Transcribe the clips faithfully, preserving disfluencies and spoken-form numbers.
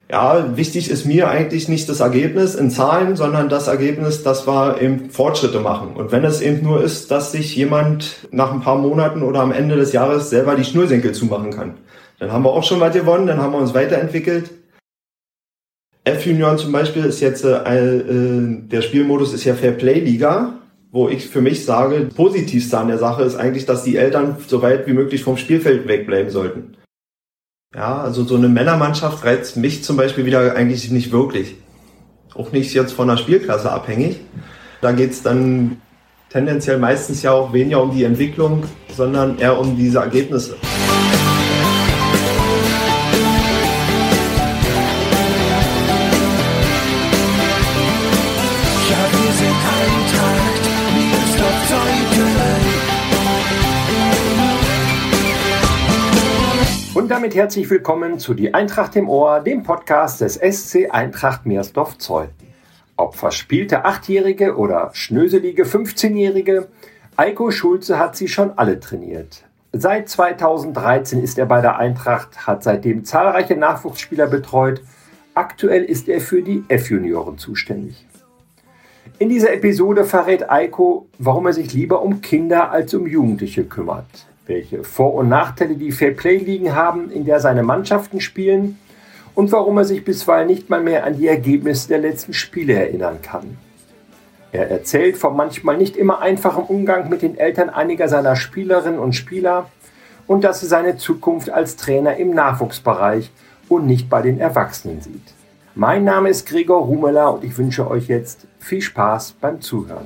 Ja, wichtig ist mir eigentlich nicht das Ergebnis in Zahlen, sondern das Ergebnis, dass wir eben Fortschritte machen. Und wenn es eben nur ist, dass sich jemand nach ein paar Monaten oder am Ende des Jahres selber die Schnürsenkel zumachen kann, dann haben wir auch schon was gewonnen, dann haben wir uns weiterentwickelt. F-Junioren zum Beispiel ist jetzt, äh, äh, der Spielmodus ist ja Fair-Play-Liga, wo ich für mich sage, das Positivste an der Sache ist eigentlich, dass die Eltern so weit wie möglich vom Spielfeld wegbleiben sollten. Ja, also so eine Männermannschaft reizt mich zum Beispiel wieder eigentlich nicht wirklich. Auch nicht jetzt von der Spielklasse abhängig. Da geht's dann tendenziell meistens ja auch weniger um die Entwicklung, sondern eher um diese Ergebnisse. Und damit herzlich willkommen zu Die Eintracht im Ohr, dem Podcast des S C Eintracht Meersdorf-Zeuthen. Ob verspielte Achtjährige oder schnöselige fünfzehnjährige, Eiko Schulze hat sie schon alle trainiert. Seit zweitausenddreizehn ist er bei der Eintracht, hat seitdem zahlreiche Nachwuchsspieler betreut. Aktuell ist er für die F-Junioren zuständig. In dieser Episode verrät Eiko, warum er sich lieber um Kinder als um Jugendliche kümmert, welche Vor- und Nachteile die Fair-Play-Ligen haben, in der seine Mannschaften spielen, und warum er sich bisweilen nicht mal mehr an die Ergebnisse der letzten Spiele erinnern kann. Er erzählt vom manchmal nicht immer einfachen Umgang mit den Eltern einiger seiner Spielerinnen und Spieler und dass er seine Zukunft als Trainer im Nachwuchsbereich und nicht bei den Erwachsenen sieht. Mein Name ist Gregor Rumeler und ich wünsche euch jetzt viel Spaß beim Zuhören.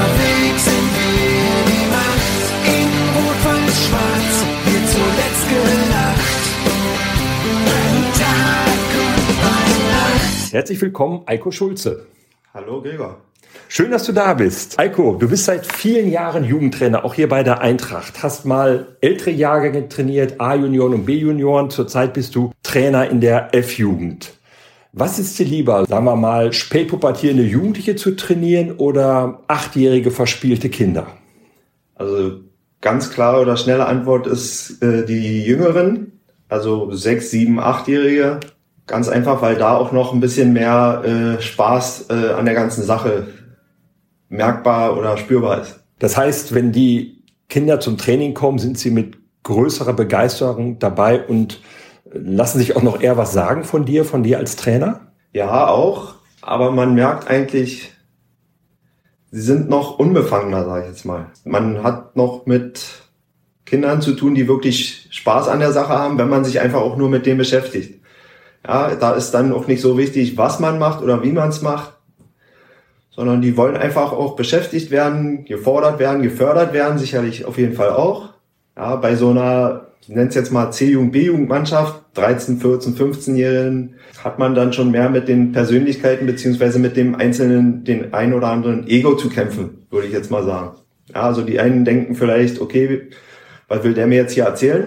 Schwarz wird zuletzt gelacht. Ein Tag und eine Nacht. Herzlich willkommen, Eiko Schulze. Hallo Gregor. Schön, dass du da bist. Eiko, du bist seit vielen Jahren Jugendtrainer, auch hier bei der Eintracht. Hast mal ältere Jahrgänge trainiert, A-Junioren und B-Junioren. Zurzeit bist du Trainer in der F-Jugend. Was ist dir lieber, sagen wir mal, spätpubertierende Jugendliche zu trainieren oder achtjährige verspielte Kinder? Also ganz klare oder schnelle Antwort ist äh, die Jüngeren, also sechs, sieben, achtjährige. Ganz einfach, weil da auch noch ein bisschen mehr äh, Spaß äh, an der ganzen Sache merkbar oder spürbar ist. Das heißt, wenn die Kinder zum Training kommen, sind sie mit größerer Begeisterung dabei und lassen sich auch noch eher was sagen von dir, von dir als Trainer? Ja, auch. Aber man merkt eigentlich, sie sind noch unbefangener, sage ich jetzt mal. Man hat noch mit Kindern zu tun, die wirklich Spaß an der Sache haben, wenn man sich einfach auch nur mit dem beschäftigt. Ja, da ist dann auch nicht so wichtig, was man macht oder wie man es macht, sondern die wollen einfach auch beschäftigt werden, gefordert werden, gefördert werden, sicherlich auf jeden Fall auch. Ja, bei so einer, ich nenne es jetzt mal C-Jugend, B-Jugendmannschaft, dreizehn, vierzehn, fünfzehnjährigen, hat man dann schon mehr mit den Persönlichkeiten beziehungsweise mit dem einzelnen, den ein oder anderen Ego zu kämpfen, würde ich jetzt mal sagen. Ja, also die einen denken vielleicht, okay, was will der mir jetzt hier erzählen?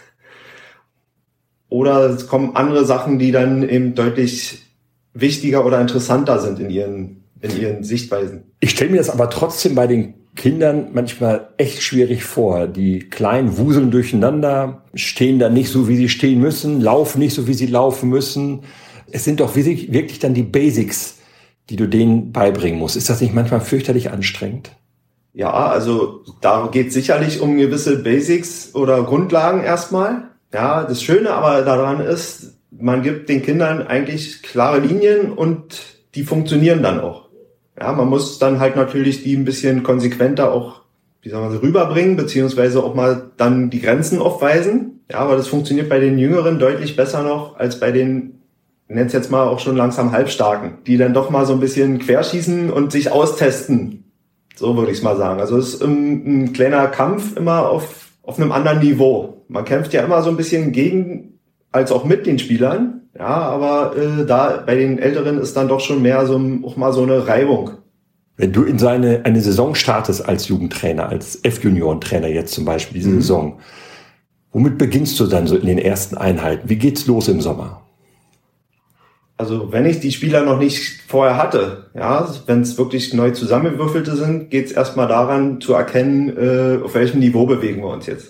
Oder es kommen andere Sachen, die dann eben deutlich wichtiger oder interessanter sind in ihren, in ihren Sichtweisen. Ich stelle mir das aber trotzdem bei den Kindern manchmal echt schwierig vor. Die Kleinen wuseln durcheinander, stehen dann nicht so, wie sie stehen müssen, laufen nicht so, wie sie laufen müssen. Es sind doch wirklich dann die Basics, die du denen beibringen musst. Ist das nicht manchmal fürchterlich anstrengend? Ja, also da geht es sicherlich um gewisse Basics oder Grundlagen erstmal. Ja, das Schöne aber daran ist, man gibt den Kindern eigentlich klare Linien und die funktionieren dann auch. Ja, man muss dann halt natürlich die ein bisschen konsequenter auch, wie sagen wir, rüberbringen, beziehungsweise auch mal dann die Grenzen aufweisen. Ja, aber das funktioniert bei den Jüngeren deutlich besser noch als bei den, ich nenne es jetzt mal auch schon langsam Halbstarken, die dann doch mal so ein bisschen querschießen und sich austesten. So würde ich es mal sagen. Also es ist ein, ein kleiner Kampf immer auf, auf einem anderen Niveau. Man kämpft ja immer so ein bisschen gegen, als auch mit den Spielern. Ja, aber äh, da bei den Älteren ist dann doch schon mehr so auch mal so eine Reibung. Wenn du in so eine, eine Saison startest als Jugendtrainer, als F-Junioren-Trainer jetzt zum Beispiel, diese mhm. Saison, womit beginnst du dann so in den ersten Einheiten? Wie geht's los im Sommer? Also wenn ich die Spieler noch nicht vorher hatte, ja, wenn es wirklich neu zusammengewürfelte sind, geht es erstmal daran zu erkennen, äh, auf welchem Niveau bewegen wir uns jetzt.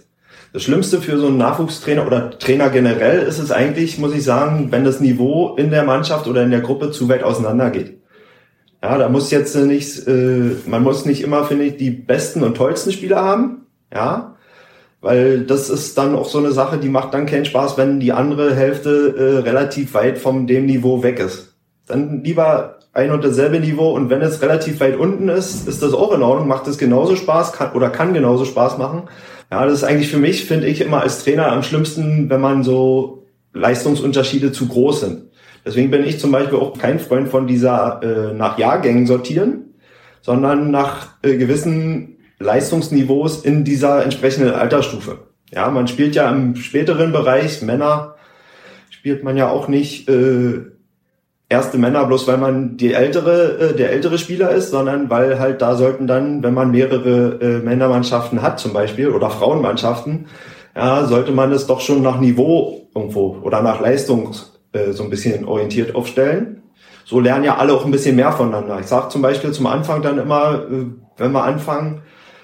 Das Schlimmste für so einen Nachwuchstrainer oder Trainer generell ist es eigentlich, muss ich sagen, wenn das Niveau in der Mannschaft oder in der Gruppe zu weit auseinander geht. Ja, da muss jetzt nicht, äh, man muss nicht immer, finde ich, die besten und tollsten Spieler haben, ja, weil das ist dann auch so eine Sache, die macht dann keinen Spaß, wenn die andere Hälfte äh, relativ weit von dem Niveau weg ist. Dann lieber ein und dasselbe Niveau, und wenn es relativ weit unten ist, ist das auch in Ordnung, macht es genauso Spaß kann, oder kann genauso Spaß machen. Ja, das ist eigentlich für mich, finde ich, immer als Trainer am schlimmsten, wenn man so Leistungsunterschiede zu groß sind. Deswegen bin ich zum Beispiel auch kein Freund von dieser äh, nach Jahrgängen sortieren, sondern nach äh, gewissen Leistungsniveaus in dieser entsprechenden Altersstufe. Ja, man spielt ja im späteren Bereich, Männer spielt man ja auch nicht äh, erste Männer, bloß weil man die ältere, äh, der ältere Spieler ist, sondern weil halt da sollten dann, wenn man mehrere äh, Männermannschaften hat zum Beispiel oder Frauenmannschaften, ja, sollte man es doch schon nach Niveau irgendwo oder nach Leistung äh, so ein bisschen orientiert aufstellen. So lernen ja alle auch ein bisschen mehr voneinander. Ich sage zum Beispiel zum Anfang dann immer, äh, wenn wir anfangen,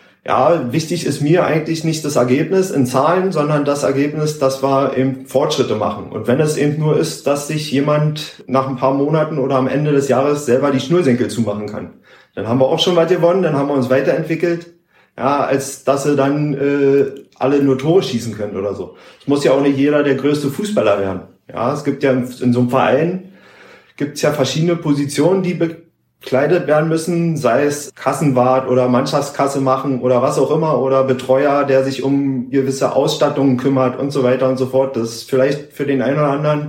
ja, wichtig ist mir eigentlich nicht das Ergebnis in Zahlen, sondern das Ergebnis, dass wir eben Fortschritte machen. Und wenn es eben nur ist, dass sich jemand nach ein paar Monaten oder am Ende des Jahres selber die Schnürsenkel zumachen kann, dann haben wir auch schon was gewonnen, dann haben wir uns weiterentwickelt, ja, als dass sie dann äh, alle nur Tore schießen können oder so. Es muss ja auch nicht jeder der größte Fußballer werden. Ja, es gibt ja in, in so einem Verein gibt es ja verschiedene Positionen, die bekleidet werden müssen, sei es Kassenwart oder Mannschaftskasse machen oder was auch immer oder Betreuer, der sich um gewisse Ausstattungen kümmert und so weiter und so fort. Das ist vielleicht für den einen oder anderen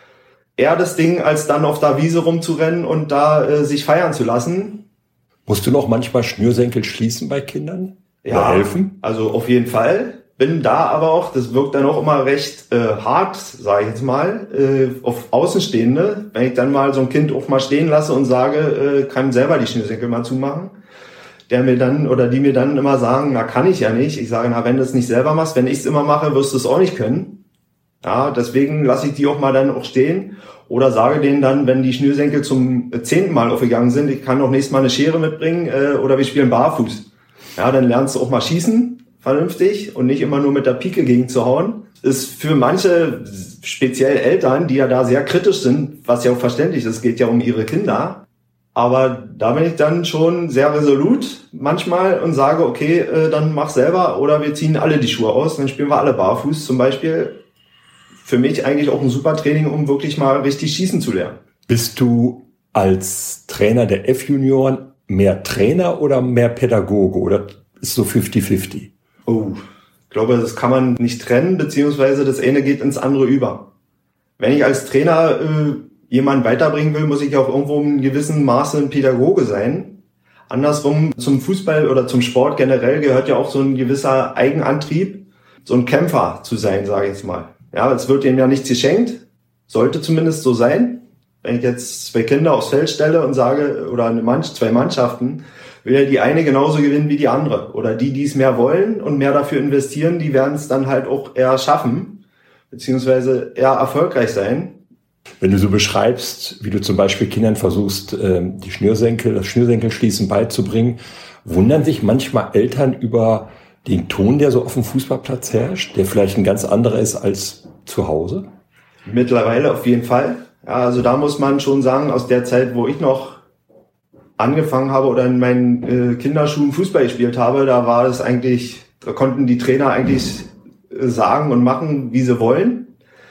eher das Ding, als dann auf der Wiese rumzurennen und da äh, sich feiern zu lassen. Musst du noch manchmal Schnürsenkel schließen bei Kindern? Ja, oder helfen? Also auf jeden Fall. Bin da aber auch, das wirkt dann auch immer recht äh, hart, sage ich jetzt mal, äh, auf Außenstehende. Wenn ich dann mal so ein Kind auch mal stehen lasse und sage, äh, kann selber die Schnürsenkel mal zumachen, der mir dann oder die mir dann immer sagen, na kann ich ja nicht. Ich sage, na wenn du es nicht selber machst, wenn ich es immer mache, wirst du es auch nicht können. Ja, deswegen lasse ich die auch mal dann auch stehen oder sage denen dann, wenn die Schnürsenkel zum zehnten Mal aufgegangen sind, ich kann auch nächstes Mal eine Schere mitbringen äh, oder wir spielen barfuß. Ja, dann lernst du auch mal schießen. Vernünftig und nicht immer nur mit der Pike gegen zu hauen. Ist für manche, speziell Eltern, die ja da sehr kritisch sind, was ja auch verständlich ist, es geht ja um ihre Kinder. Aber da bin ich dann schon sehr resolut manchmal und sage, okay, äh, dann mach selber oder wir ziehen alle die Schuhe aus, dann spielen wir alle barfuß zum Beispiel. Für mich eigentlich auch ein super Training, um wirklich mal richtig schießen zu lernen. Bist du als Trainer der F-Junioren mehr Trainer oder mehr Pädagoge oder ist so fünfzig fünfzig? Oh, ich glaube, das kann man nicht trennen, beziehungsweise das eine geht ins andere über. Wenn ich als Trainer äh, jemanden weiterbringen will, muss ich auch irgendwo in gewissem Maße ein Pädagoge sein. Andersrum, zum Fußball oder zum Sport generell gehört ja auch so ein gewisser Eigenantrieb, so ein Kämpfer zu sein, sage ich jetzt mal. Ja, es wird dem ja nichts geschenkt, sollte zumindest so sein. Wenn ich jetzt zwei Kinder aufs Feld stelle und sage, oder eine Mannschaft, zwei Mannschaften, will ja die eine genauso gewinnen wie die andere. Oder die, die es mehr wollen und mehr dafür investieren, die werden es dann halt auch eher schaffen, beziehungsweise eher erfolgreich sein. Wenn du so beschreibst, wie du zum Beispiel Kindern versuchst, die Schnürsenkel, das Schnürsenkelschließen beizubringen, wundern sich manchmal Eltern über den Ton, der so auf dem Fußballplatz herrscht, der vielleicht ein ganz anderer ist als zu Hause? Mittlerweile auf jeden Fall. Ja, also da muss man schon sagen, aus der Zeit, wo ich noch angefangen habe oder in meinen äh, Kinderschuhen Fußball gespielt habe, da war das eigentlich, da konnten die Trainer eigentlich äh, sagen und machen, wie sie wollen.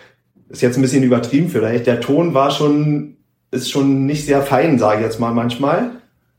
Ist jetzt ein bisschen übertrieben vielleicht. Der Ton war schon, ist schon nicht sehr fein, sage ich jetzt mal manchmal.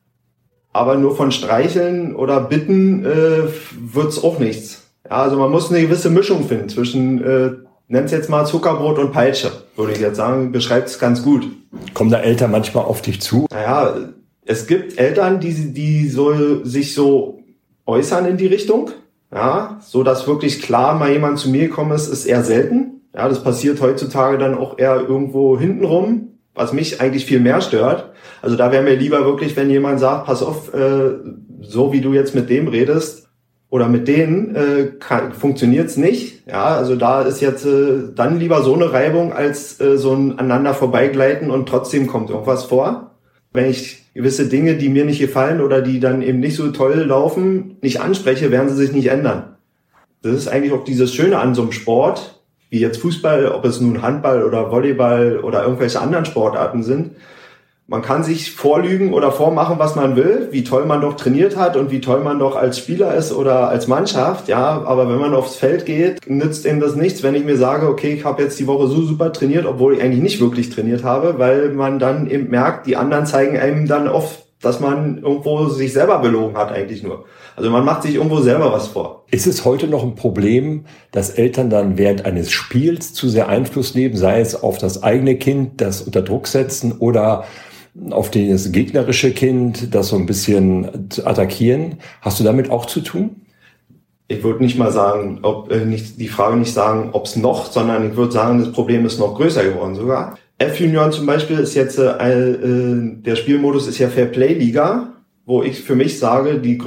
Aber nur von Streicheln oder Bitten äh, wird's auch nichts. Ja, also man muss eine gewisse Mischung finden zwischen, äh, nenn's jetzt mal Zuckerbrot und Peitsche, würde ich jetzt sagen, beschreibt es ganz gut. Kommen da Eltern manchmal auf dich zu? Naja, es gibt Eltern, die, die so, sich so äußern in die Richtung, ja, so dass wirklich klar mal jemand zu mir gekommen ist, ist eher selten. Ja, das passiert heutzutage dann auch eher irgendwo hintenrum, was mich eigentlich viel mehr stört. Also da wäre mir lieber wirklich, wenn jemand sagt, pass auf, äh, so wie du jetzt mit dem redest oder mit denen, äh, kann, funktioniert's nicht. Ja, also da ist jetzt äh, dann lieber so eine Reibung als äh, so ein aneinander vorbeigleiten und trotzdem kommt irgendwas vor. Wenn ich gewisse Dinge, die mir nicht gefallen oder die dann eben nicht so toll laufen, nicht anspreche, werden sie sich nicht ändern. das ist eigentlich auch dieses Schöne an so einem Sport, wie jetzt Fußball, ob es nun Handball oder Volleyball oder irgendwelche anderen Sportarten sind. Man kann sich vorlügen oder vormachen, was man will, wie toll man doch trainiert hat und wie toll man doch als Spieler ist oder als Mannschaft. Ja, aber wenn man aufs Feld geht, nützt einem das nichts, wenn ich mir sage, okay, ich habe jetzt die Woche so super trainiert, obwohl ich eigentlich nicht wirklich trainiert habe, weil man dann eben merkt, die anderen zeigen einem dann oft, dass man irgendwo sich selber belogen hat eigentlich nur. Also man macht sich irgendwo selber was vor. Ist es heute noch ein Problem, dass Eltern dann während eines Spiels zu sehr Einfluss nehmen, sei es auf das eigene Kind, das unter Druck setzen oder auf das gegnerische Kind, das so ein bisschen attackieren? Hast du damit auch zu tun? Ich würde nicht mal sagen, ob äh, nicht die Frage nicht sagen, ob es noch, sondern ich würde sagen, das Problem ist noch größer geworden sogar. F-Junioren zum Beispiel ist jetzt äh, äh, der Spielmodus ist ja Fair-Play-Liga, wo ich für mich sage, die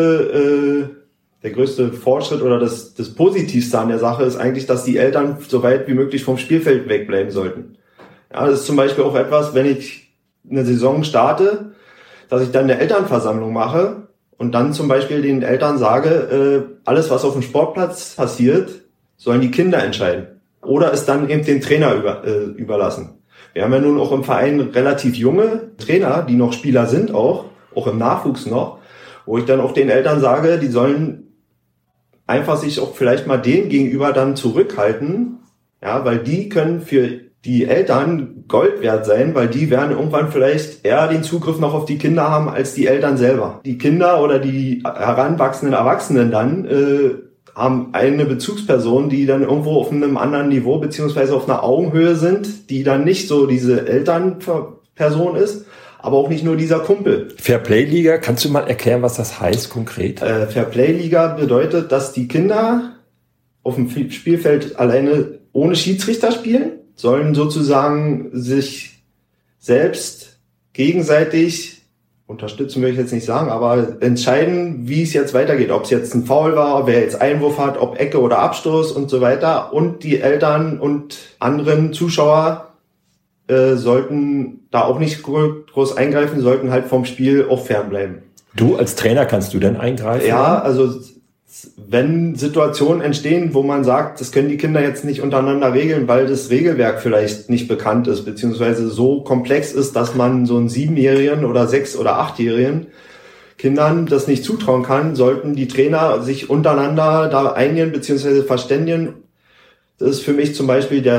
größte äh, der größte Fortschritt oder das das Positivste an der Sache ist eigentlich, dass die Eltern so weit wie möglich vom Spielfeld wegbleiben sollten. Ja, das ist zum Beispiel auch etwas, wenn ich eine Saison starte, dass ich dann eine Elternversammlung mache und dann zum Beispiel den Eltern sage, äh, alles, was auf dem Sportplatz passiert, sollen die Kinder entscheiden. Oder es dann eben den Trainer über, äh, überlassen. Wir haben ja nun auch im Verein relativ junge Trainer, die noch Spieler sind auch, auch im Nachwuchs noch, wo ich dann auch den Eltern sage, die sollen einfach sich auch vielleicht mal denen gegenüber dann zurückhalten, ja, weil die können für die Eltern Gold wert sein, weil die werden irgendwann vielleicht eher den Zugriff noch auf die Kinder haben als die Eltern selber. Die Kinder oder die heranwachsenden Erwachsenen dann äh, haben eine Bezugsperson, die dann irgendwo auf einem anderen Niveau beziehungsweise auf einer Augenhöhe sind, die dann nicht so diese Elternperson ist, aber auch nicht nur dieser Kumpel. Fairplay-Liga, kannst du mal erklären, was das heißt konkret? Äh, Fairplay-Liga bedeutet, dass die Kinder auf dem Spielfeld alleine ohne Schiedsrichter spielen, sollen sozusagen sich selbst gegenseitig unterstützen, will ich jetzt nicht sagen, aber entscheiden, wie es jetzt weitergeht. Ob es jetzt ein Foul war, wer jetzt Einwurf hat, ob Ecke oder Abstoß und so weiter. Und die Eltern und anderen Zuschauer äh, sollten da auch nicht groß eingreifen, sollten halt vom Spiel auch fernbleiben. Du als Trainer kannst du denn eingreifen? Ja, also wenn Situationen entstehen, wo man sagt, das können die Kinder jetzt nicht untereinander regeln, weil das Regelwerk vielleicht nicht bekannt ist, beziehungsweise so komplex ist, dass man so einen Siebenjährigen oder Sechs- oder Achtjährigen Kindern das nicht zutrauen kann, sollten die Trainer sich untereinander da einigen, beziehungsweise verständigen. Das ist für mich zum Beispiel der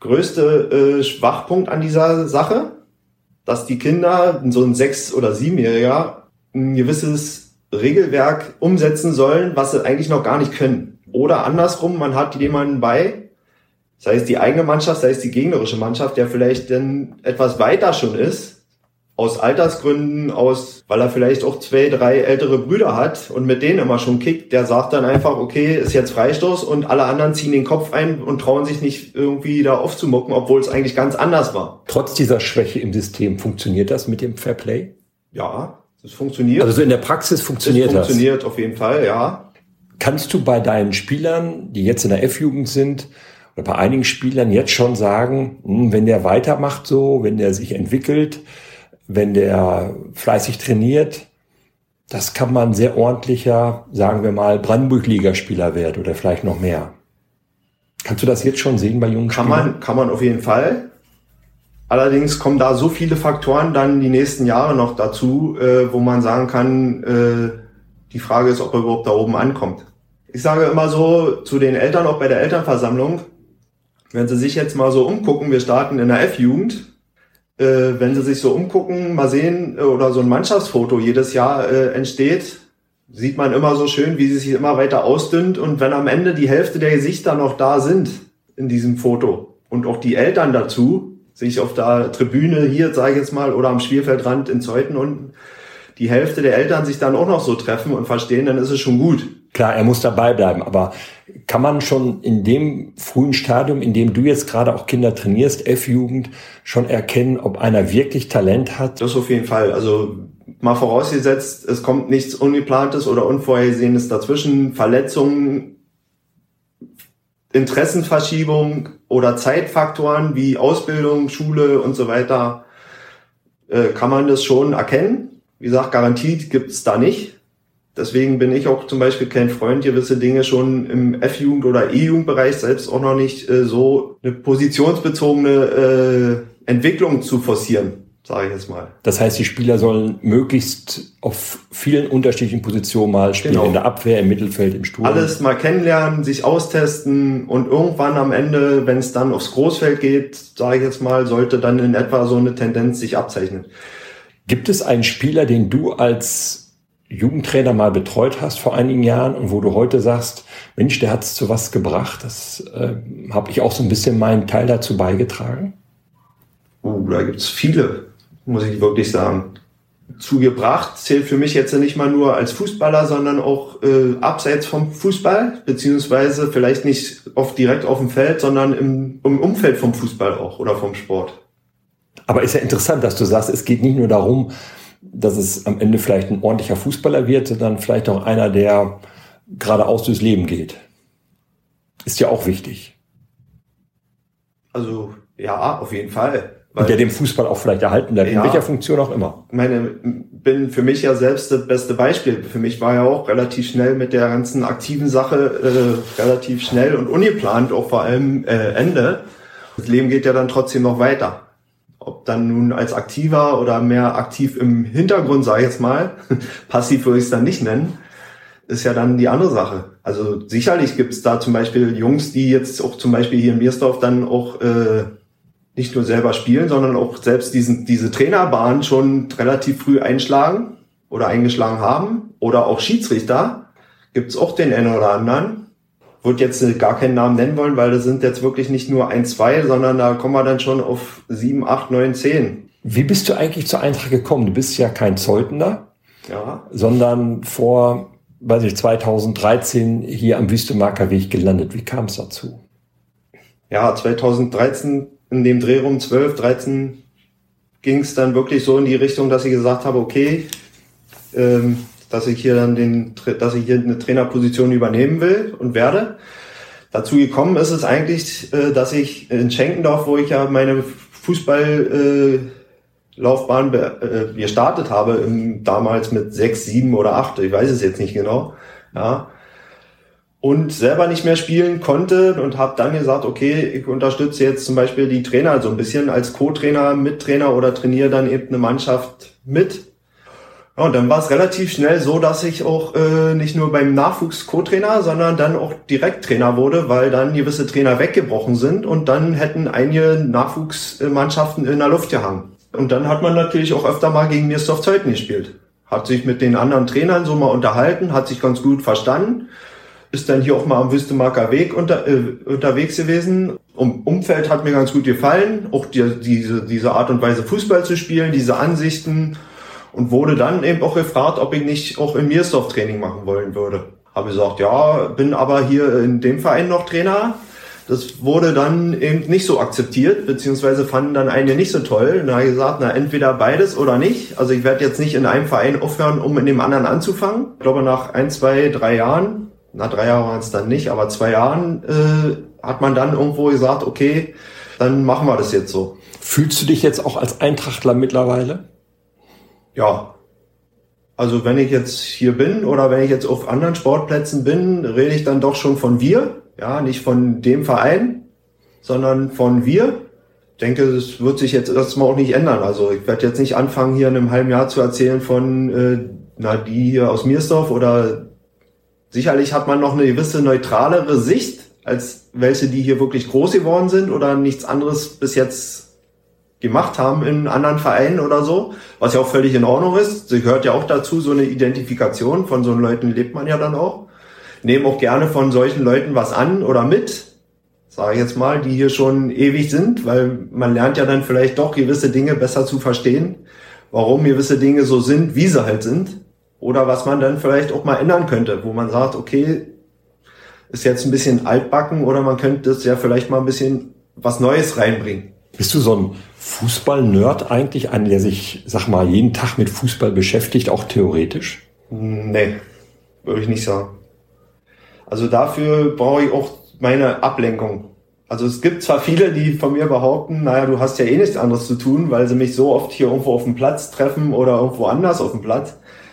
größte äh, Schwachpunkt an dieser Sache, dass die Kinder, so ein Sechs- oder Siebenjähriger, ein gewisses Regelwerk umsetzen sollen, was sie eigentlich noch gar nicht können. Oder andersrum, man hat jemanden bei, sei es die eigene Mannschaft, sei es die gegnerische Mannschaft, der vielleicht dann etwas weiter schon ist, aus Altersgründen, aus, weil er vielleicht auch zwei, drei ältere Brüder hat und mit denen immer schon kickt, der sagt dann einfach, okay, ist jetzt Freistoß und alle anderen ziehen den Kopf ein und trauen sich nicht irgendwie da aufzumucken, obwohl es eigentlich ganz anders war. Trotz dieser Schwäche im System, funktioniert das mit dem Fairplay? Ja. Das funktioniert. Also in der Praxis funktioniert das? Das funktioniert auf jeden Fall, ja. Kannst du bei deinen Spielern, die jetzt in der F-Jugend sind, oder bei einigen Spielern jetzt schon sagen, wenn der weitermacht so, wenn der sich entwickelt, wenn der fleißig trainiert, das kann man sehr ordentlicher, sagen wir mal, Brandenburg-Ligaspieler werden oder vielleicht noch mehr. Kannst du das jetzt schon sehen bei jungen kann Spielern? Man, kann man auf jeden Fall. Allerdings kommen da so viele Faktoren dann die nächsten Jahre noch dazu, äh, wo man sagen kann, äh, die Frage ist, ob er überhaupt da oben ankommt. Ich sage immer so zu den Eltern, auch bei der Elternversammlung, wenn sie sich jetzt mal so umgucken, wir starten in der F-Jugend, äh, wenn sie sich so umgucken, mal sehen, äh, oder so ein Mannschaftsfoto jedes Jahr äh, entsteht, sieht man immer so schön, wie sie sich immer weiter ausdünnt und wenn am Ende die Hälfte der Gesichter noch da sind in diesem Foto und auch die Eltern dazu, sich auf der Tribüne hier, sage ich jetzt mal, oder am Spielfeldrand in Zeuthen unten, die Hälfte der Eltern sich dann auch noch so treffen und verstehen, dann ist es schon gut. Klar, er muss dabei bleiben, aber kann man schon in dem frühen Stadium, in dem du jetzt gerade auch Kinder trainierst, F-Jugend, schon erkennen, ob einer wirklich Talent hat? Das auf jeden Fall. Also mal vorausgesetzt, es kommt nichts Ungeplantes oder Unvorhergesehenes dazwischen, Verletzungen, Interessenverschiebung oder Zeitfaktoren wie Ausbildung, Schule und so weiter, äh, kann man das schon erkennen. Wie gesagt, Garantie gibt's da nicht. Deswegen bin ich auch zum Beispiel kein Freund, gewisse Dinge schon im F-Jugend- oder E-Jugendbereich selbst auch noch nicht äh, so eine positionsbezogene äh, Entwicklung zu forcieren, sage ich jetzt mal. Das heißt, die Spieler sollen möglichst auf vielen unterschiedlichen Positionen mal spielen, genau. In der Abwehr, im Mittelfeld, im Sturm. Alles mal kennenlernen, sich austesten und irgendwann am Ende, wenn es dann aufs Großfeld geht, sage ich jetzt mal, sollte dann in etwa so eine Tendenz sich abzeichnen. Gibt es einen Spieler, den du als Jugendtrainer mal betreut hast vor einigen Jahren und wo du heute sagst, Mensch, der hat es zu was gebracht, das äh, habe ich auch so ein bisschen meinen Teil dazu beigetragen? Uh, da gibt's viele, muss ich wirklich sagen. Zugebracht zählt für mich jetzt nicht mal nur als Fußballer, sondern auch äh, abseits vom Fußball, beziehungsweise vielleicht nicht oft direkt auf dem Feld, sondern im, im Umfeld vom Fußball auch oder vom Sport. Aber ist ja interessant, dass du sagst, es geht nicht nur darum, dass es am Ende vielleicht ein ordentlicher Fußballer wird, sondern vielleicht auch einer, der geradeaus durchs Leben geht. Ist ja auch wichtig. Also, ja, auf jeden Fall. Weil, und der dem Fußball auch vielleicht erhalten bleibt, ja, in welcher Funktion auch immer. Ich meine, bin für mich ja selbst das beste Beispiel. Für mich war ja auch relativ schnell mit der ganzen aktiven Sache, äh, relativ schnell und ungeplant, auch vor allem äh, Ende. Das Leben geht ja dann trotzdem noch weiter. Ob dann nun als Aktiver oder mehr aktiv im Hintergrund, sage ich jetzt mal, passiv würde ich es dann nicht nennen, ist ja dann die andere Sache. Also sicherlich gibt es da zum Beispiel Jungs, die jetzt auch zum Beispiel hier in Miersdorf dann auch äh, nicht nur selber spielen, sondern auch selbst diesen diese Trainerbahn schon relativ früh einschlagen oder eingeschlagen haben. Oder auch Schiedsrichter gibt es auch den einen oder anderen. Würde jetzt gar keinen Namen nennen wollen, weil das sind jetzt wirklich nicht nur ein, zwei, sondern da kommen wir dann schon auf sieben, acht, neun, zehn. Wie bist du eigentlich zur Eintracht gekommen? Du bist ja kein Zeutender, ja, sondern vor, weiß ich, zweitausenddreizehn hier am Wüstemarker Weg gelandet. Wie kam es dazu? Ja, zweitausenddreizehn in dem Dreh rum, zwölf, dreizehn, ging es dann wirklich so in die Richtung, dass ich gesagt habe, okay, ähm, dass ich hier dann den, dass ich hier eine Trainerposition übernehmen will und werde. Dazu gekommen ist es eigentlich, dass ich in Schenkendorf, wo ich ja meine Fußballlaufbahn gestartet habe, damals mit sechs, sieben oder acht, ich weiß es jetzt nicht genau, ja, und selber nicht mehr spielen konnte und habe dann gesagt, okay, ich unterstütze jetzt zum Beispiel die Trainer so ein bisschen als Co-Trainer, Mittrainer oder trainiere dann eben eine Mannschaft mit. Ja, und dann war es relativ schnell so, dass ich auch äh, nicht nur beim Nachwuchs Co-Trainer, sondern dann auch direkt Trainer wurde, weil dann gewisse Trainer weggebrochen sind und dann hätten einige Nachwuchsmannschaften in der Luft gehangen. Und dann hat man natürlich auch öfter mal gegen Miersdorf Zeuthen gespielt. Hat sich mit den anderen Trainern so mal unterhalten, hat sich ganz gut verstanden, ist dann hier auch mal am Wüstemarker Weg unter, äh, unterwegs gewesen. Um, Umfeld hat mir ganz gut gefallen, auch die, diese, diese Art und Weise Fußball zu spielen, diese Ansichten. Und wurde dann eben auch gefragt, ob ich nicht auch in Miersdorf Training machen wollen würde. Habe gesagt, ja, bin aber hier in dem Verein noch Trainer. Das wurde dann eben nicht so akzeptiert, beziehungsweise fanden dann einige nicht so toll. Und da habe ich gesagt, na entweder beides oder nicht. Also ich werde jetzt nicht in einem Verein aufhören, um in dem anderen anzufangen. Ich glaube, nach ein, zwei, drei Jahren, na drei Jahre waren es dann nicht, aber zwei Jahren äh, hat man dann irgendwo gesagt, okay, dann machen wir das jetzt so. Fühlst du dich jetzt auch als Eintrachtler mittlerweile? Ja, also wenn ich jetzt hier bin oder wenn ich jetzt auf anderen Sportplätzen bin, rede ich dann doch schon von wir, ja, nicht von dem Verein, sondern von wir. Ich denke, das wird sich jetzt erstmal auch nicht ändern. Also ich werde jetzt nicht anfangen, hier in einem halben Jahr zu erzählen von, äh, na, die hier aus Miersdorf oder sicherlich hat man noch eine gewisse neutralere Sicht, als welche, die hier wirklich groß geworden sind oder nichts anderes bis jetzt gemacht haben in anderen Vereinen oder so, was ja auch völlig in Ordnung ist. Sie gehört ja auch dazu, so eine Identifikation, von so Leuten lebt man ja dann auch. Nehmen auch gerne von solchen Leuten was an oder mit, sage ich jetzt mal, die hier schon ewig sind, weil man lernt ja dann vielleicht doch gewisse Dinge besser zu verstehen, warum gewisse Dinge so sind, wie sie halt sind, oder was man dann vielleicht auch mal ändern könnte, wo man sagt, okay, ist jetzt ein bisschen altbacken oder man könnte es ja vielleicht mal ein bisschen was Neues reinbringen. Bist du so ein Fußball-Nerd eigentlich, einer, der sich, sag mal, jeden Tag mit Fußball beschäftigt, auch theoretisch? Nee, würde ich nicht sagen. Also dafür brauche ich auch meine Ablenkung. Also es gibt zwar viele, die von mir behaupten, naja, du hast ja eh nichts anderes zu tun, weil sie mich so oft hier irgendwo auf dem Platz treffen oder irgendwo anders auf dem Platz.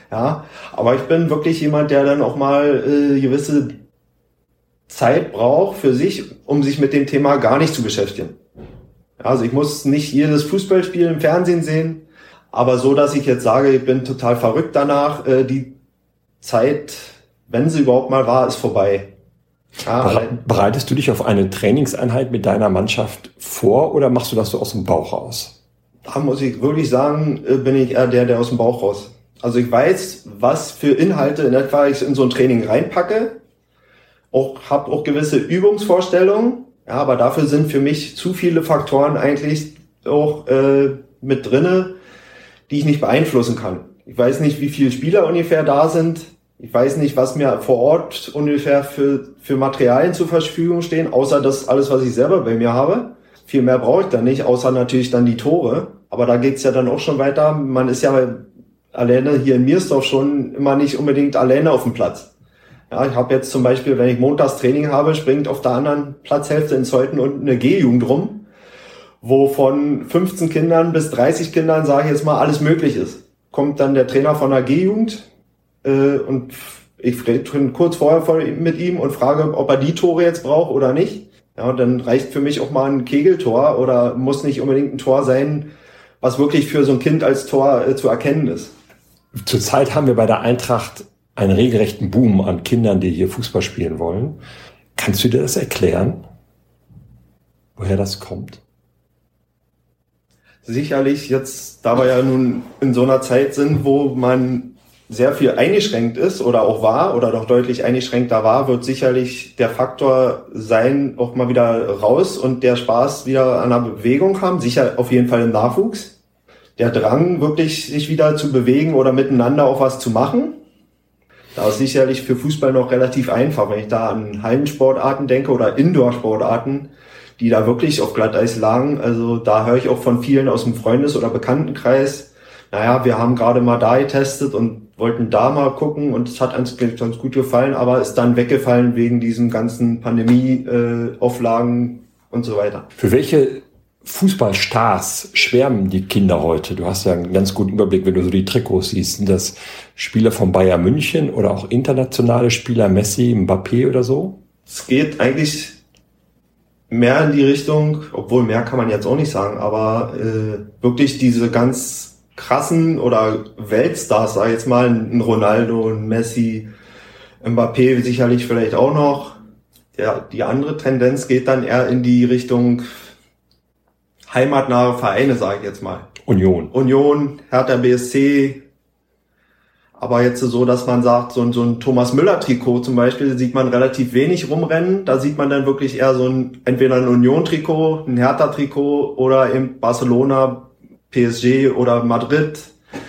Ja, aber ich bin wirklich jemand, der dann auch mal äh, gewisse Zeit braucht für sich, um sich mit dem Thema gar nicht zu beschäftigen. Also ich muss nicht jedes Fußballspiel im Fernsehen sehen, aber so, dass ich jetzt sage, ich bin total verrückt danach, äh, die Zeit, wenn sie überhaupt mal war, ist vorbei. Ja, Bereitest du dich auf eine Trainingseinheit mit deiner Mannschaft vor oder machst du das so aus dem Bauch raus? Da muss ich wirklich sagen, bin ich eher der, der aus dem Bauch raus. Also ich weiß, was für Inhalte in etwa ich in so ein Training reinpacke. Auch habe auch gewisse Übungsvorstellungen, ja, aber dafür sind für mich zu viele Faktoren eigentlich auch äh, mit drinne, die ich nicht beeinflussen kann. Ich weiß nicht, wie viele Spieler ungefähr da sind. Ich weiß nicht, was mir vor Ort ungefähr für, für Materialien zur Verfügung stehen, außer das alles, was ich selber bei mir habe. Viel mehr brauche ich da nicht, außer natürlich dann die Tore. Aber da geht's ja dann auch schon weiter. Man ist ja alleine hier in Miersdorf schon immer nicht unbedingt alleine auf dem Platz. Ja, ich habe jetzt zum Beispiel, wenn ich montags Training habe, springt auf der anderen Platzhälfte in Zeuthen unten eine G-Jugend rum, wo von fünfzehn Kindern bis dreißig Kindern, sage ich jetzt mal, alles möglich ist. Kommt dann der Trainer von der G-Jugend, und ich rede kurz vorher mit ihm und frage, ob er die Tore jetzt braucht oder nicht. Ja, und dann reicht für mich auch mal ein Kegeltor oder muss nicht unbedingt ein Tor sein, was wirklich für so ein Kind als Tor äh, zu erkennen ist. Zurzeit haben wir bei der Eintracht einen regelrechten Boom an Kindern, die hier Fußball spielen wollen. Kannst du dir das erklären, woher das kommt? Sicherlich jetzt, da wir ja nun in so einer Zeit sind, wo man sehr viel eingeschränkt ist oder auch war oder doch deutlich eingeschränkter war, wird sicherlich der Faktor sein, auch mal wieder raus und der Spaß wieder an der Bewegung haben, sicher auf jeden Fall im Nachwuchs. Der Drang, wirklich sich wieder zu bewegen oder miteinander auch was zu machen. Da ist sicherlich für Fußball noch relativ einfach, wenn ich da an Hallensportarten denke oder Indoor-Sportarten, die da wirklich auf Glatteis lagen. Also da höre ich auch von vielen aus dem Freundes- oder Bekanntenkreis, naja, wir haben gerade mal da getestet und wollten da mal gucken und es hat uns ganz gut gefallen, aber ist dann weggefallen wegen diesen ganzen Pandemie-Auflagen äh, und so weiter. Für welche Fußballstars schwärmen die Kinder heute? Du hast ja einen ganz guten Überblick, wenn du so die Trikots siehst. Sind das Spieler von Bayern München oder auch internationale Spieler, Messi, Mbappé oder so? Es geht eigentlich mehr in die Richtung, obwohl mehr kann man jetzt auch nicht sagen, aber äh, wirklich diese ganz krassen oder Weltstars, sag ich jetzt mal, ein Ronaldo, ein Messi, Mbappé sicherlich vielleicht auch noch. Ja, die andere Tendenz geht dann eher in die Richtung heimatnahe Vereine, sage ich jetzt mal. Union. Union, Hertha B S C. Aber jetzt so, dass man sagt, so ein, so ein Thomas Müller-Trikot zum Beispiel, sieht man relativ wenig rumrennen. Da sieht man dann wirklich eher so ein, entweder ein Union-Trikot, ein Hertha-Trikot oder eben Barcelona, P S G oder Madrid,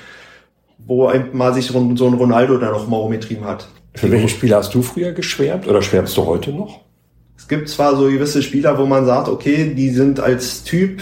wo mal sich so ein Ronaldo dann noch mal rumgetrieben hat. Für welche Spieler hast du früher geschwärmt oder schwärmst du heute noch? Es gibt zwar so gewisse Spieler, wo man sagt, okay, die sind als Typ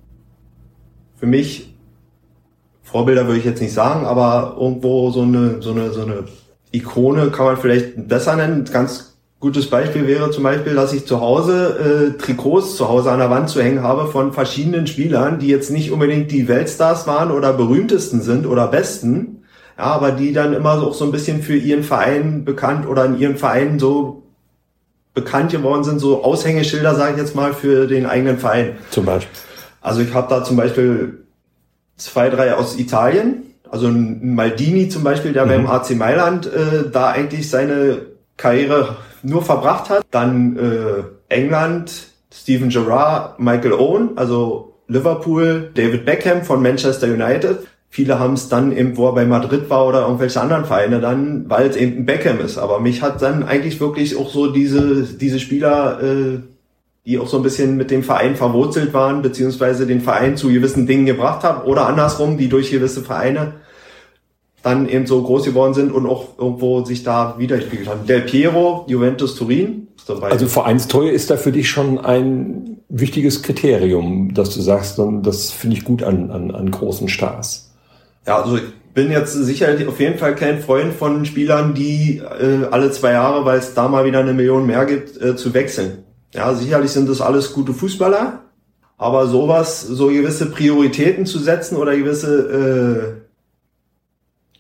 für mich, Vorbilder würde ich jetzt nicht sagen, aber irgendwo so eine, so eine, so eine Ikone kann man vielleicht besser nennen. Ganz gutes Beispiel wäre zum Beispiel, dass ich zu Hause äh, Trikots zu Hause an der Wand zu hängen habe von verschiedenen Spielern, die jetzt nicht unbedingt die Weltstars waren oder berühmtesten sind oder besten, ja, aber die dann immer auch so ein bisschen für ihren Verein bekannt oder in ihrem Verein so bekannt geworden sind, so Aushängeschilder, sage ich jetzt mal, für den eigenen Verein. Zum Beispiel? Also ich habe da zum Beispiel zwei, drei aus Italien, also ein Maldini zum Beispiel, der mhm. beim A C Mailand äh, da eigentlich seine Karriere nur verbracht hat. Dann äh, England, Steven Gerrard, Michael Owen, also Liverpool, David Beckham von Manchester United. Viele haben es dann eben, wo er bei Madrid war oder irgendwelche anderen Vereine dann, weil es eben ein Beckham ist. Aber mich hat dann eigentlich wirklich auch so diese diese Spieler, äh, die auch so ein bisschen mit dem Verein verwurzelt waren, beziehungsweise den Verein zu gewissen Dingen gebracht haben oder andersrum, die durch gewisse Vereine dann eben so groß geworden sind und auch irgendwo sich da widergespiegelt haben. Del Piero, Juventus Turin. Also Vereinstreue ist da für dich schon ein wichtiges Kriterium, dass du sagst, das finde ich gut an, an, an großen Stars. Ja, also ich bin jetzt sicherlich auf jeden Fall kein Freund von Spielern, die äh, alle zwei Jahre, weil es da mal wieder eine Million mehr gibt, äh, zu wechseln. Ja, sicherlich sind das alles gute Fußballer, aber sowas, so gewisse Prioritäten zu setzen oder gewisse äh,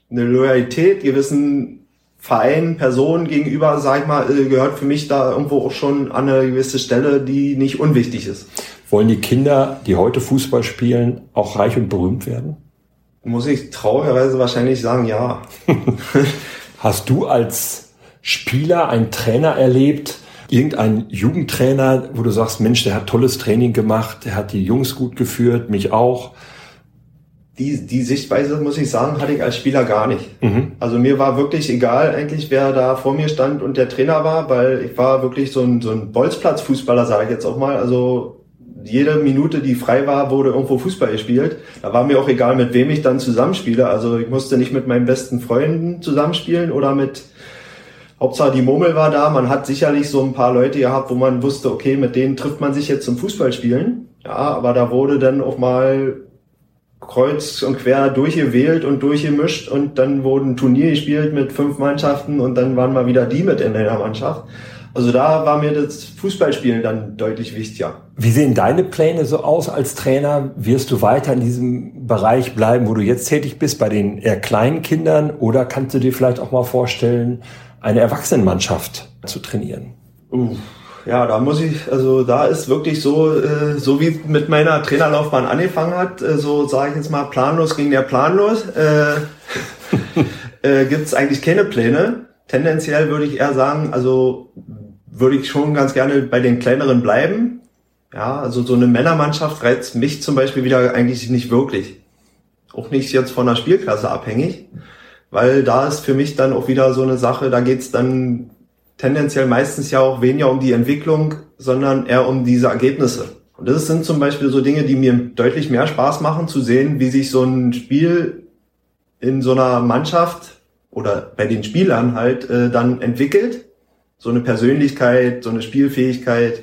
eine Loyalität gewissen Vereinen, Personen gegenüber, sag ich mal, gehört für mich da irgendwo auch schon an eine gewisse Stelle, die nicht unwichtig ist. Wollen die Kinder, die heute Fußball spielen, auch reich und berühmt werden? Muss ich traurigerweise wahrscheinlich sagen, ja. Hast du als Spieler einen Trainer erlebt, irgendein Jugendtrainer, wo du sagst, Mensch, der hat tolles Training gemacht, der hat die Jungs gut geführt, mich auch? Die, die Sichtweise, muss ich sagen, hatte ich als Spieler gar nicht. Mhm. Also mir war wirklich egal eigentlich, wer da vor mir stand und der Trainer war, weil ich war wirklich so ein, so ein Bolzplatz-Fußballer, sage ich jetzt auch mal. Also jede Minute, die frei war, wurde irgendwo Fußball gespielt. Da war mir auch egal, mit wem ich dann zusammenspiele. Also ich musste nicht mit meinen besten Freunden zusammenspielen oder mit, Hauptsache die Murmel war da. Man hat sicherlich so ein paar Leute gehabt, wo man wusste, okay, mit denen trifft man sich jetzt zum Fußballspielen. Ja, aber da wurde dann auch mal kreuz und quer durchgewählt und durchgemischt und dann wurde ein Turnier gespielt mit fünf Mannschaften und dann waren mal wieder die mit in der Mannschaft. Also da war mir das Fußballspielen dann deutlich wichtiger. Wie sehen deine Pläne so aus als Trainer? Wirst du weiter in diesem Bereich bleiben, wo du jetzt tätig bist, bei den eher kleinen Kindern, oder kannst du dir vielleicht auch mal vorstellen, eine Erwachsenenmannschaft zu trainieren? Uh. Ja, da muss ich, also da ist wirklich so, äh, so wie mit meiner Trainerlaufbahn angefangen hat, äh, so sage ich jetzt mal, planlos ging der Plan los, äh, äh, gibt es eigentlich keine Pläne. Tendenziell würde ich eher sagen, also würde ich schon ganz gerne bei den kleineren bleiben. Ja, also so eine Männermannschaft reizt mich zum Beispiel wieder eigentlich nicht wirklich. Auch nicht jetzt von der Spielklasse abhängig, weil da ist für mich dann auch wieder so eine Sache, da geht's dann tendenziell meistens ja auch weniger um die Entwicklung, sondern eher um diese Ergebnisse. Und das sind zum Beispiel so Dinge, die mir deutlich mehr Spaß machen, zu sehen, wie sich so ein Spiel in so einer Mannschaft oder bei den Spielern halt äh, dann entwickelt. So eine Persönlichkeit, so eine Spielfähigkeit,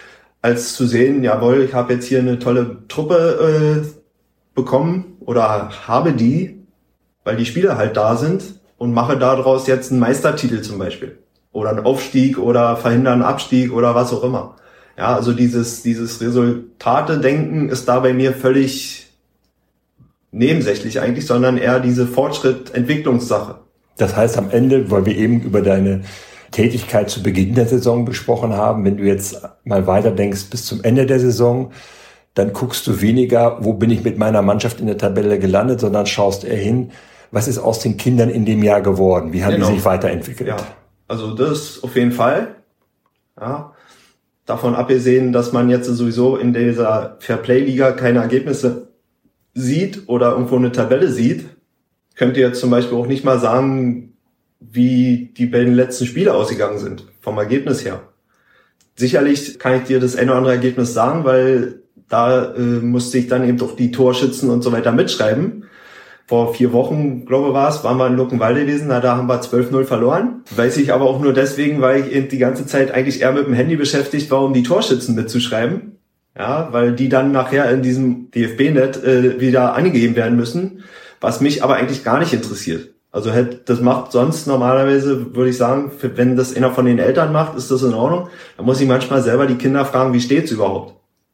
als zu sehen, jawohl, ich habe jetzt hier eine tolle Truppe äh, bekommen oder habe die, weil die Spieler halt da sind, und mache daraus jetzt einen Meistertitel zum Beispiel. Oder einen Aufstieg oder verhindern einen Abstieg oder was auch immer. Ja, also dieses, dieses Resultate-Denken ist da bei mir völlig nebensächlich eigentlich, sondern eher diese Fortschritt-Entwicklungssache. Das heißt am Ende, weil wir eben über deine Tätigkeit zu Beginn der Saison besprochen haben, wenn du jetzt mal weiterdenkst bis zum Ende der Saison, dann guckst du weniger, wo bin ich mit meiner Mannschaft in der Tabelle gelandet, sondern schaust eher hin, was ist aus den Kindern in dem Jahr geworden, wie haben Genau. die sich weiterentwickelt. Ja. Also das auf jeden Fall. Ja. Davon abgesehen, dass man jetzt sowieso in dieser Fairplay-Liga keine Ergebnisse sieht oder irgendwo eine Tabelle sieht, könnt ihr jetzt zum Beispiel auch nicht mal sagen, wie die beiden letzten Spiele ausgegangen sind, vom Ergebnis her. Sicherlich kann ich dir das eine oder andere Ergebnis sagen, weil da äh, musste ich dann eben auch die Torschützen und so weiter mitschreiben. Vor vier Wochen, glaube ich, war es, waren wir in Luckenwalde gewesen, na, da haben wir zwölf null verloren. Weiß ich aber auch nur deswegen, weil ich eben die ganze Zeit eigentlich eher mit dem Handy beschäftigt war, um die Torschützen mitzuschreiben. Ja, weil die dann nachher in diesem D F B-Net äh, wieder angegeben werden müssen, was mich aber eigentlich gar nicht interessiert. Also hätte, das macht sonst normalerweise, würde ich sagen, wenn das einer von den Eltern macht, ist das in Ordnung. Da muss ich manchmal selber die Kinder fragen, wie steht's überhaupt?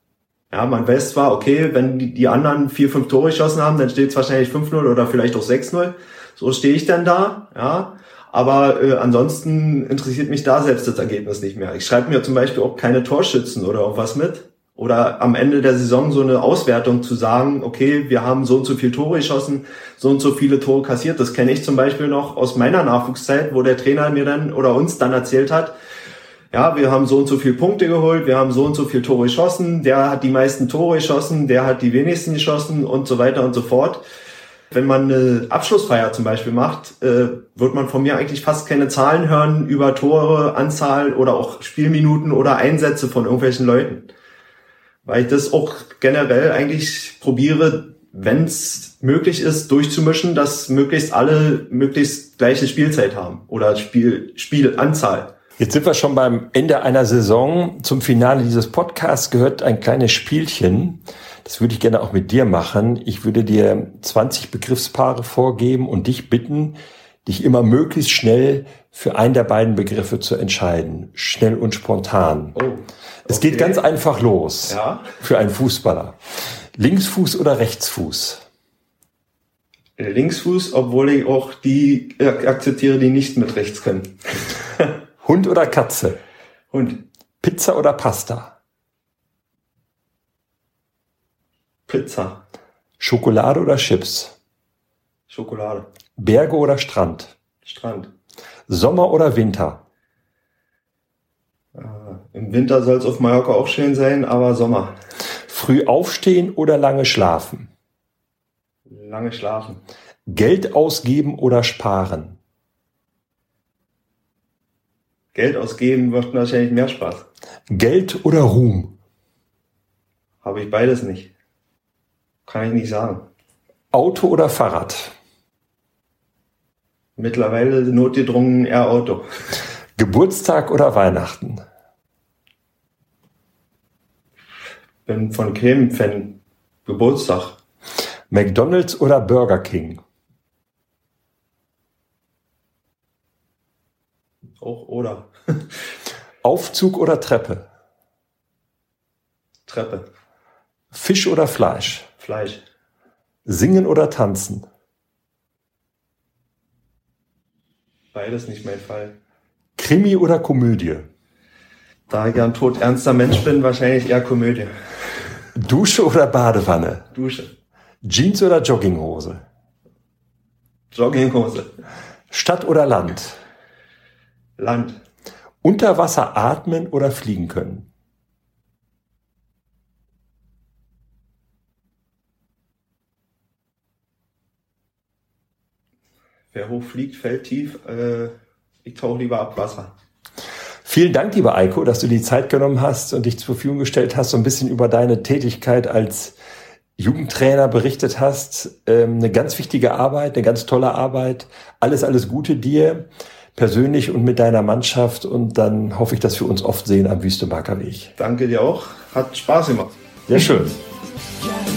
Ja, man weiß zwar, okay, wenn die, die anderen vier, fünf Tore geschossen haben, dann steht es wahrscheinlich fünf null oder vielleicht auch sechs null. So stehe ich dann da, ja. Aber äh, ansonsten interessiert mich da selbst das Ergebnis nicht mehr. Ich schreibe mir zum Beispiel auch keine Torschützen oder irgendwas mit. Oder am Ende der Saison so eine Auswertung zu sagen, okay, wir haben so und so viele Tore geschossen, so und so viele Tore kassiert. Das kenne ich zum Beispiel noch aus meiner Nachwuchszeit, wo der Trainer mir dann oder uns dann erzählt hat, ja, wir haben so und so viele Punkte geholt, wir haben so und so viele Tore geschossen, der hat die meisten Tore geschossen, der hat die wenigsten geschossen und so weiter und so fort. Wenn man eine Abschlussfeier zum Beispiel macht, äh, wird man von mir eigentlich fast keine Zahlen hören über Tore, Anzahl oder auch Spielminuten oder Einsätze von irgendwelchen Leuten. Weil ich das auch generell eigentlich probiere, wenn es möglich ist, durchzumischen, dass möglichst alle möglichst gleiche Spielzeit haben oder Spiel, Spielanzahl. Jetzt sind wir schon beim Ende einer Saison. Zum Finale dieses Podcasts gehört ein kleines Spielchen. Das würde ich gerne auch mit dir machen. Ich würde dir zwanzig Begriffspaare vorgeben und dich bitten, dich immer möglichst schnell für einen der beiden Begriffe zu entscheiden. Schnell und spontan. Oh, okay. Es geht ganz einfach los. Ja. Für einen Fußballer. Linksfuß oder Rechtsfuß? Linksfuß, obwohl ich auch die akzeptiere, die nicht mit rechts können. Hund oder Katze? Hund. Pizza oder Pasta? Pizza. Schokolade oder Chips? Schokolade. Berge oder Strand? Strand. Sommer oder Winter? Äh, Im Winter soll es auf Mallorca auch schön sein, aber Sommer. Früh aufstehen oder lange schlafen? Lange schlafen. Geld ausgeben oder sparen? Geld ausgeben macht wahrscheinlich mehr Spaß. Geld oder Ruhm? Habe ich beides nicht. Kann ich nicht sagen. Auto oder Fahrrad? Mittlerweile notgedrungen eher Auto. Geburtstag oder Weihnachten? Bin von keinem Fan. Geburtstag. McDonald's oder Burger King? Auch oder. Aufzug oder Treppe? Treppe. Fisch oder Fleisch? Fleisch. Singen oder tanzen? Beides nicht mein Fall. Krimi oder Komödie? Da ich ja ein todernster Mensch bin, wahrscheinlich eher Komödie. Dusche oder Badewanne? Dusche. Jeans oder Jogginghose? Jogginghose. Stadt oder Land? Land. Unter Wasser atmen oder fliegen können? Wer hoch fliegt, fällt tief. Äh, ich tauche lieber ab Wasser. Vielen Dank, lieber Eiko, dass du die Zeit genommen hast und dich zur Verfügung gestellt hast, so ein bisschen über deine Tätigkeit als Jugendtrainer berichtet hast. Ähm, eine ganz wichtige Arbeit, eine ganz tolle Arbeit. Alles, alles Gute dir persönlich und mit deiner Mannschaft. Und dann hoffe ich, dass wir uns oft sehen am Wüstemarker Weg. Danke dir auch. Hat Spaß gemacht. Sehr schön. Ja,